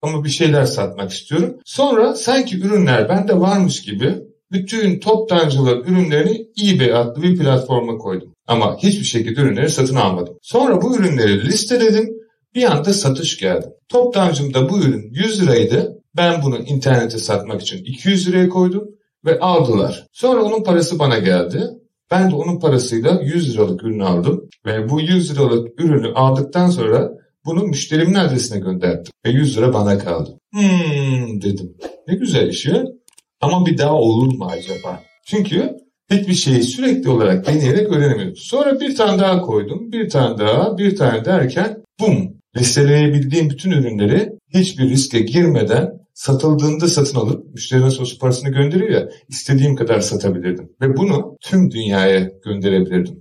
ama bir şeyler satmak istiyorum. Sonra sanki ürünler bende varmış gibi bütün toptancıların ürünlerini eBay adlı bir platforma koydum. Ama hiçbir şekilde ürünleri satın almadım. Sonra bu ürünleri listeledim. Bir anda satış geldi. Toptancımda bu ürün 100 liraydı. Ben bunu internete satmak için 200 liraya koydum ve aldılar. Sonra onun parası bana geldi. Ben de onun parasıyla 100 liralık ürünü aldım. Ve bu 100 liralık ürünü aldıktan sonra bunu müşterimin adresine gönderdim. Ve 100 lira bana kaldı. Dedim. Ne güzel iş ya. Ama bir daha olur mu acaba? Çünkü hiçbir şeyi sürekli olarak deneyerek öğrenemiyoruz. Sonra bir tane daha koydum. Bir tane daha, bir tane derken bum. Listeleyebildiğim bütün ürünleri hiçbir riske girmeden satıldığında satın alıp müşterine sosu parasını gönderiyor ya, istediğim kadar satabilirdim. Ve bunu tüm dünyaya gönderebilirdim.